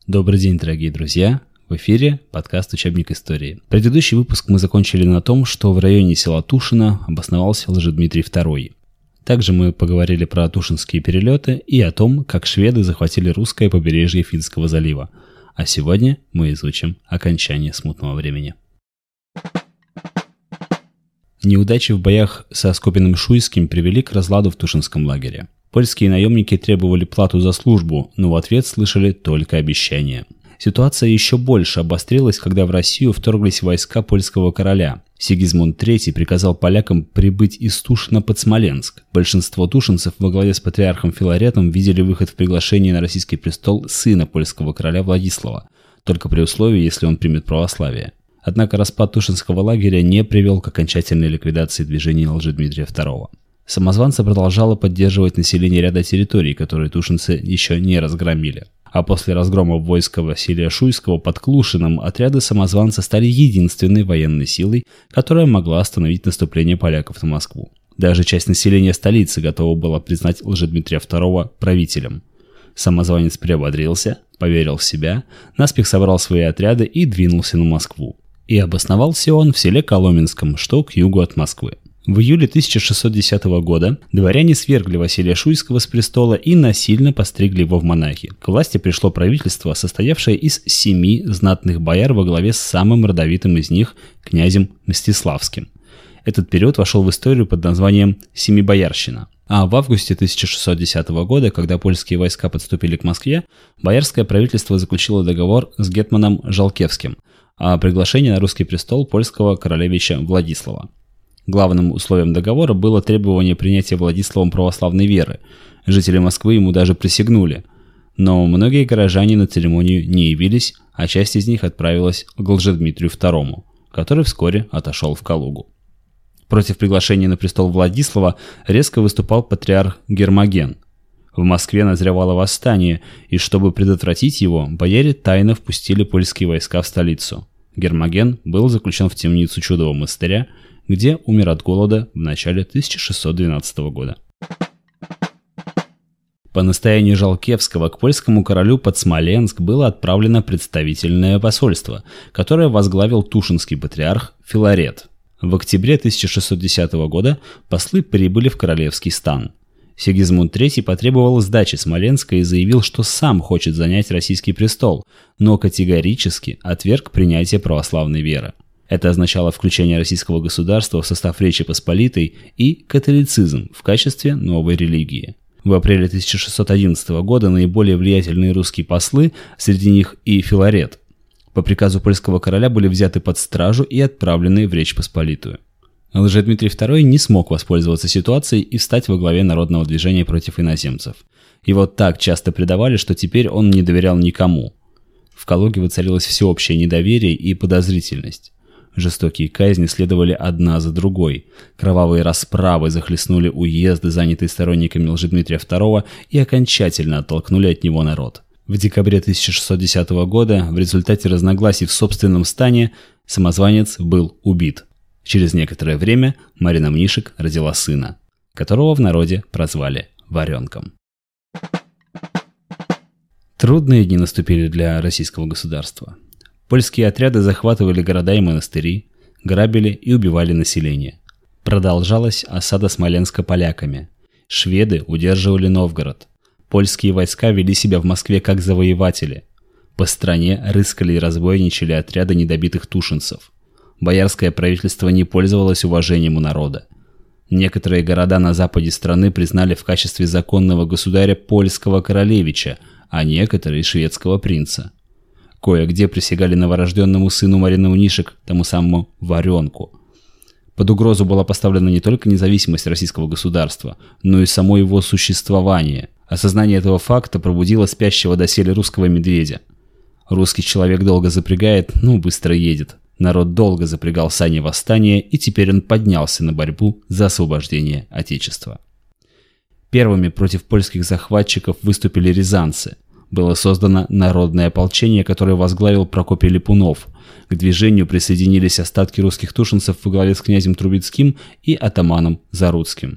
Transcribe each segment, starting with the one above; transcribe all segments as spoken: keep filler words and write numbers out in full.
Добрый день, дорогие друзья! В эфире подкаст «Учебник истории». Предыдущий выпуск мы закончили на том, что в районе села Тушино обосновался Лжедмитрий второй. Также мы поговорили про тушинские перелеты и о том, как шведы захватили русское побережье Финского залива. А сегодня мы изучим окончание смутного времени. Неудачи в боях со Скопиным-Шуйским привели к разладу в Тушинском лагере. Польские наемники требовали плату за службу, но в ответ слышали только обещания. Ситуация еще больше обострилась, когда в Россию вторглись войска польского короля. Сигизмунд третий приказал полякам прибыть из Тушина под Смоленск. Большинство тушинцев во главе с патриархом Филаретом видели выход в приглашение на российский престол сына польского короля Владислава, только при условии, если он примет православие. Однако распад Тушинского лагеря не привел к окончательной ликвидации движения Лжедмитрия второго. Самозванца продолжало поддерживать население ряда территорий, которые тушинцы еще не разгромили. А после разгрома войска Василия Шуйского под Клушиным отряды самозванца стали единственной военной силой, которая могла остановить наступление поляков на Москву. Даже часть населения столицы готова была признать Лжедмитрия второго правителем. Самозванец приободрился, поверил в себя, наспех собрал свои отряды и двинулся на Москву. И обосновался он в селе Коломенском, что к югу от Москвы. В июле тысяча шестьсот десятого года дворяне свергли Василия Шуйского с престола и насильно постригли его в монахи. К власти пришло правительство, состоявшее из семи знатных бояр во главе с самым родовитым из них, князем Мстиславским. Этот период вошел в историю под названием «Семибоярщина». А в августе тысяча шестьсот десятого года, когда польские войска подступили к Москве, боярское правительство заключило договор с гетманом Жалкевским о приглашении на русский престол польского королевича Владислава. Главным условием договора было требование принятия Владиславом православной веры. Жители Москвы ему даже присягнули. Но многие горожане на церемонию не явились, а часть из них отправилась к Лжедмитрию второму, который вскоре отошел в Калугу. Против приглашения на престол Владислава резко выступал патриарх Гермоген. В Москве назревало восстание, и чтобы предотвратить его, бояре тайно впустили польские войска в столицу. Гермоген был заключен в темницу Чудового монастыря, где умер от голода в начале тысяча шестьсот двенадцатого года. По настоянию Жалкевского к польскому королю под Смоленск было отправлено представительное посольство, которое возглавил тушинский патриарх Филарет. В октябре тысяча шестьсот десятого года послы прибыли в королевский стан. Сигизмунд третий потребовал сдачи Смоленска и заявил, что сам хочет занять российский престол, но категорически отверг принятие православной веры. Это означало включение российского государства в состав Речи Посполитой и католицизм в качестве новой религии. В апреле тысяча шестьсот одиннадцатого года наиболее влиятельные русские послы, среди них и Филарет, по приказу польского короля были взяты под стражу и отправлены в Речь Посполитую. Лжедмитрий второй не смог воспользоваться ситуацией и встать во главе народного движения против иноземцев. Его так часто предавали, что теперь он не доверял никому. В Калуге воцарилось всеобщее недоверие и подозрительность. Жестокие казни следовали одна за другой. Кровавые расправы захлестнули уезды, занятые сторонниками Лжедмитрия второго, и окончательно оттолкнули от него народ. В декабре тысяча шестьсот десятого года в результате разногласий в собственном стане самозванец был убит. Через некоторое время Марина Мнишек родила сына, которого в народе прозвали Варенком. Трудные дни наступили для российского государства. Польские отряды захватывали города и монастыри, грабили и убивали население. Продолжалась осада Смоленска поляками. Шведы удерживали Новгород. Польские войска вели себя в Москве как завоеватели. По стране рыскали и разбойничали отряды недобитых тушинцев. Боярское правительство не пользовалось уважением у народа. Некоторые города на западе страны признали в качестве законного государя польского королевича, а некоторые шведского принца. Кое-где присягали новорожденному сыну Марины Мнишек, тому самому Варенку. Под угрозу была поставлена не только независимость российского государства, но и само его существование. Осознание этого факта пробудило спящего доселе русского медведя. Русский человек долго запрягает, ну быстро едет. Народ долго запрягал сани восстания, и теперь он поднялся на борьбу за освобождение Отечества. Первыми против польских захватчиков выступили рязанцы. Было создано народное ополчение, которое возглавил Прокопий Липунов. К движению присоединились остатки русских тушинцев во главе с князем Трубецким и атаманом Заруцким.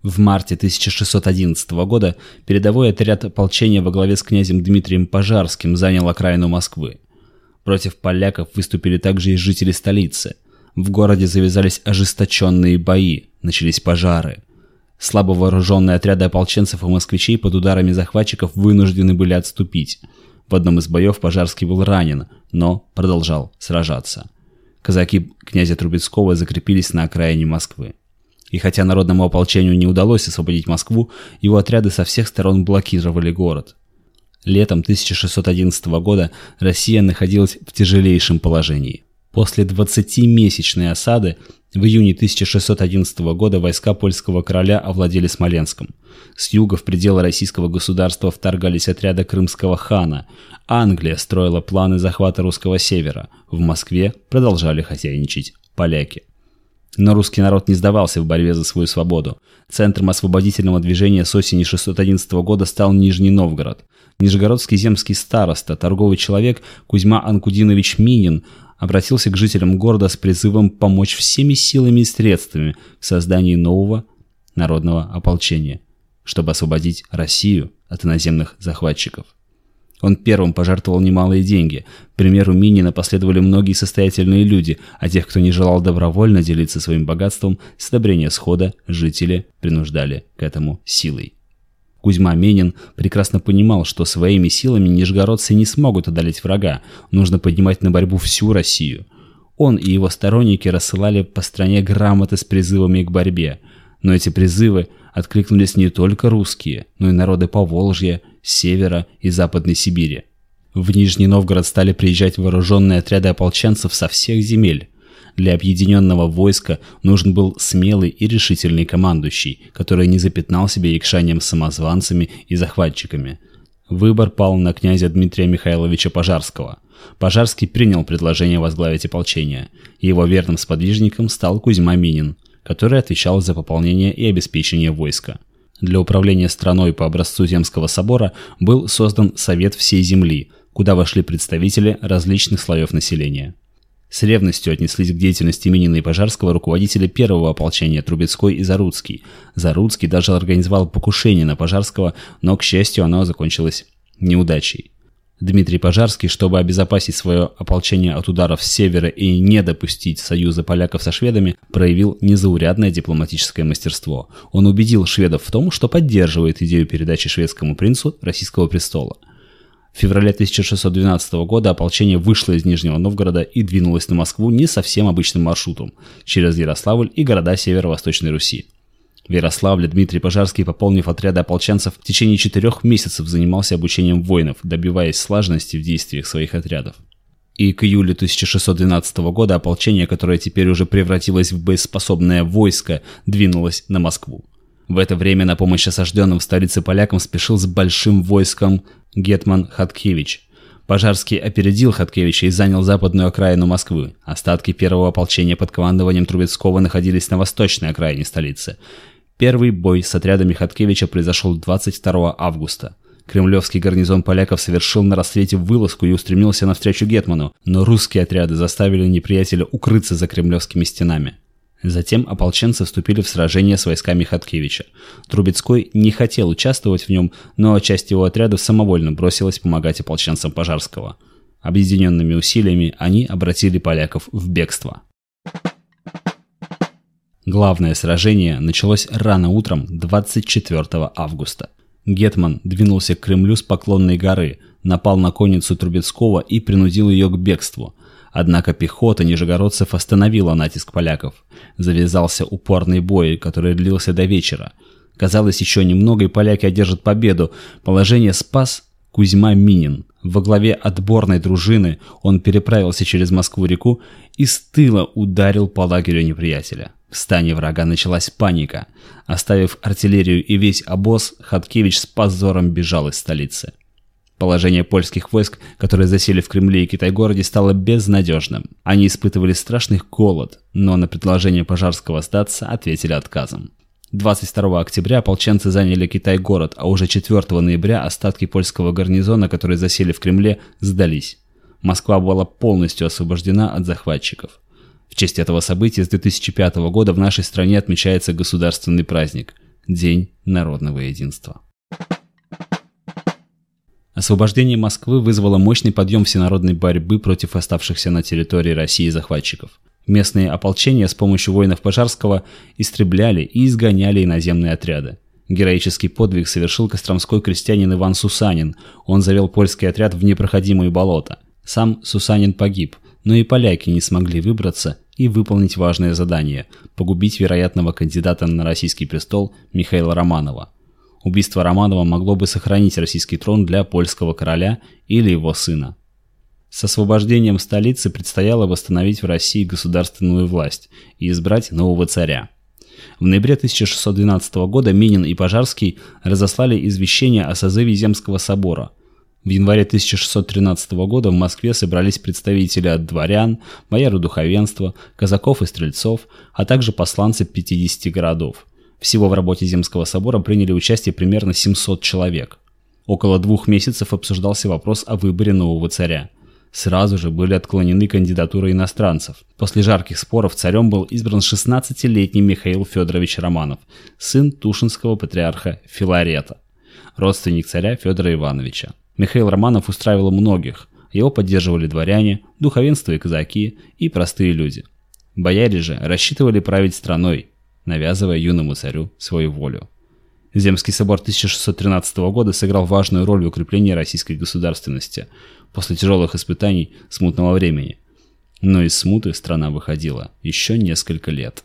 В марте тысяча шестьсот одиннадцатого года передовой отряд ополчения во главе с князем Дмитрием Пожарским занял окраину Москвы. Против поляков выступили также и жители столицы. В городе завязались ожесточенные бои, начались пожары. Слабо вооруженные отряды ополченцев и москвичей под ударами захватчиков вынуждены были отступить. В одном из боев Пожарский был ранен, но продолжал сражаться. Казаки князя Трубецкого закрепились на окраине Москвы. И хотя народному ополчению не удалось освободить Москву, его отряды со всех сторон блокировали город. Летом тысяча шестьсот одиннадцатого года Россия находилась в тяжелейшем положении. После двадцатимесячной осады в июне тысяча шестьсот одиннадцатого года войска польского короля овладели Смоленском. С юга в пределы российского государства вторгались отряды крымского хана. Англия строила планы захвата русского севера. В Москве продолжали хозяйничать поляки. Но русский народ не сдавался в борьбе за свою свободу. Центром освободительного движения с осени шестьсот одиннадцатого года стал Нижний Новгород. Нижегородский земский староста, торговый человек Кузьма Анкудинович Минин обратился к жителям города с призывом помочь всеми силами и средствами в создании нового народного ополчения, чтобы освободить Россию от иноземных захватчиков. Он первым пожертвовал немалые деньги. К примеру Минина последовали многие состоятельные люди, а тех, кто не желал добровольно делиться своим богатством, с одобрения схода жители принуждали к этому силой. Кузьма Минин прекрасно понимал, что своими силами нижегородцы не смогут одолеть врага, нужно поднимать на борьбу всю Россию. Он и его сторонники рассылали по стране грамоты с призывами к борьбе, но эти призывы откликнулись не только русские, но и народы Поволжья, Севера и Западной Сибири. В Нижний Новгород стали приезжать вооруженные отряды ополченцев со всех земель. Для объединенного войска нужен был смелый и решительный командующий, который не запятнал себя якшанием с самозванцами и захватчиками. Выбор пал на князя Дмитрия Михайловича Пожарского. Пожарский принял предложение возглавить ополчение. Его верным сподвижником стал Кузьма Минин, который отвечал за пополнение и обеспечение войска. Для управления страной по образцу Земского собора был создан Совет всей земли, куда вошли представители различных слоев населения. С ревностью отнеслись к деятельности Минина и Пожарского руководители первого ополчения Трубецкой и Заруцкий. Заруцкий даже организовал покушение на Пожарского, но, к счастью, оно закончилось неудачей. Дмитрий Пожарский, чтобы обезопасить свое ополчение от ударов с севера и не допустить союза поляков со шведами, проявил незаурядное дипломатическое мастерство. Он убедил шведов в том, что поддерживает идею передачи шведскому принцу российского престола. В феврале тысяча шестьсот двенадцатого года ополчение вышло из Нижнего Новгорода и двинулось на Москву не совсем обычным маршрутом, через Ярославль и города северо-восточной Руси. В Ярославле Дмитрий Пожарский, пополнив отряды ополченцев, в течение четырех месяцев занимался обучением воинов, добиваясь слаженности в действиях своих отрядов. И к июлю тысяча шестьсот двенадцатого года ополчение, которое теперь уже превратилось в боеспособное войско, двинулось на Москву. В это время на помощь осажденным в столице полякам спешил с большим войском гетман Хаткевич. Пожарский опередил Хаткевича и занял западную окраину Москвы. Остатки первого ополчения под командованием Трубецкого находились на восточной окраине столицы. Первый бой с отрядами Хаткевича произошел двадцать второго августа. Кремлевский гарнизон поляков совершил на рассвете вылазку и устремился навстречу гетману, но русские отряды заставили неприятеля укрыться за кремлевскими стенами. Затем ополченцы вступили в сражение с войсками Хаткевича. Трубецкой не хотел участвовать в нем, но часть его отрядов самовольно бросилась помогать ополченцам Пожарского. Объединенными усилиями они обратили поляков в бегство. Главное сражение началось рано утром двадцать четвёртого августа. Гетман двинулся к Кремлю с Поклонной горы, напал на конницу Трубецкого и принудил ее к бегству. Однако пехота нижегородцев остановила натиск поляков. Завязался упорный бой, который длился до вечера. Казалось, еще немного, и поляки одержат победу. Положение спас Кузьма Минин. Во главе отборной дружины он переправился через Москву-реку и с тыла ударил по лагерю неприятеля. В стане врага началась паника. Оставив артиллерию и весь обоз, Хаткевич с позором бежал из столицы. Положение польских войск, которые засели в Кремле и Китай-городе, стало безнадежным. Они испытывали страшный голод, но на предложение Пожарского сдаться ответили отказом. двадцать второго октября ополченцы заняли Китай-город, а уже четвёртого ноября остатки польского гарнизона, которые засели в Кремле, сдались. Москва была полностью освобождена от захватчиков. В честь этого события с две тысячи пятого года в нашей стране отмечается государственный праздник – День народного единства. Освобождение Москвы вызвало мощный подъем всенародной борьбы против оставшихся на территории России захватчиков. Местные ополчения с помощью воинов Пожарского истребляли и изгоняли иноземные отряды. Героический подвиг совершил костромской крестьянин Иван Сусанин. Он завел польский отряд в непроходимые болота. Сам Сусанин погиб, но и поляки не смогли выбраться и выполнить важное задание – погубить вероятного кандидата на российский престол Михаила Романова. Убийство Романова могло бы сохранить российский трон для польского короля или его сына. С освобождением столицы предстояло восстановить в России государственную власть и избрать нового царя. В ноябре тысяча шестьсот двенадцатого года Минин и Пожарский разослали извещение о созыве Земского собора. В январе тысяча шестьсот тринадцатого года в Москве собрались представители от дворян, бояр и духовенства, казаков и стрельцов, а также посланцы пятидесяти городов. Всего в работе Земского собора приняли участие примерно семьсот человек. Около двух месяцев обсуждался вопрос о выборе нового царя. Сразу же были отклонены кандидатуры иностранцев. После жарких споров царем был избран шестнадцатилетний Михаил Федорович Романов, сын тушинского патриарха Филарета, родственник царя Федора Ивановича. Михаил Романов устраивал многих, его поддерживали дворяне, духовенство и казаки и простые люди. Бояре же рассчитывали править страной, навязывая юному царю свою волю. Земский собор тысяча шестьсот тринадцатого года сыграл важную роль в укреплении российской государственности после тяжелых испытаний смутного времени. Но из смуты страна выходила еще несколько лет.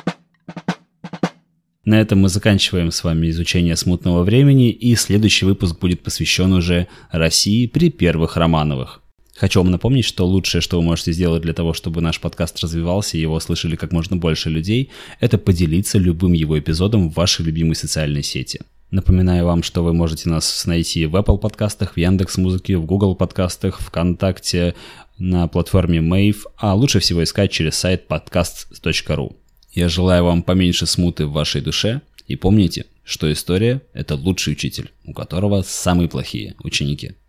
На этом мы заканчиваем с вами изучение смутного времени, и следующий выпуск будет посвящен уже России при первых Романовых. Хочу вам напомнить, что лучшее, что вы можете сделать для того, чтобы наш подкаст развивался и его слышали как можно больше людей, это поделиться любым его эпизодом в вашей любимой социальной сети. Напоминаю вам, что вы можете нас найти в Apple подкастах, в Яндекс.Музыке, в Google подкастах, ВКонтакте, на платформе Мэйв, а лучше всего искать через сайт подкаст точка ру. Я желаю вам поменьше смуты в вашей душе, и помните, что история – это лучший учитель, у которого самые плохие ученики.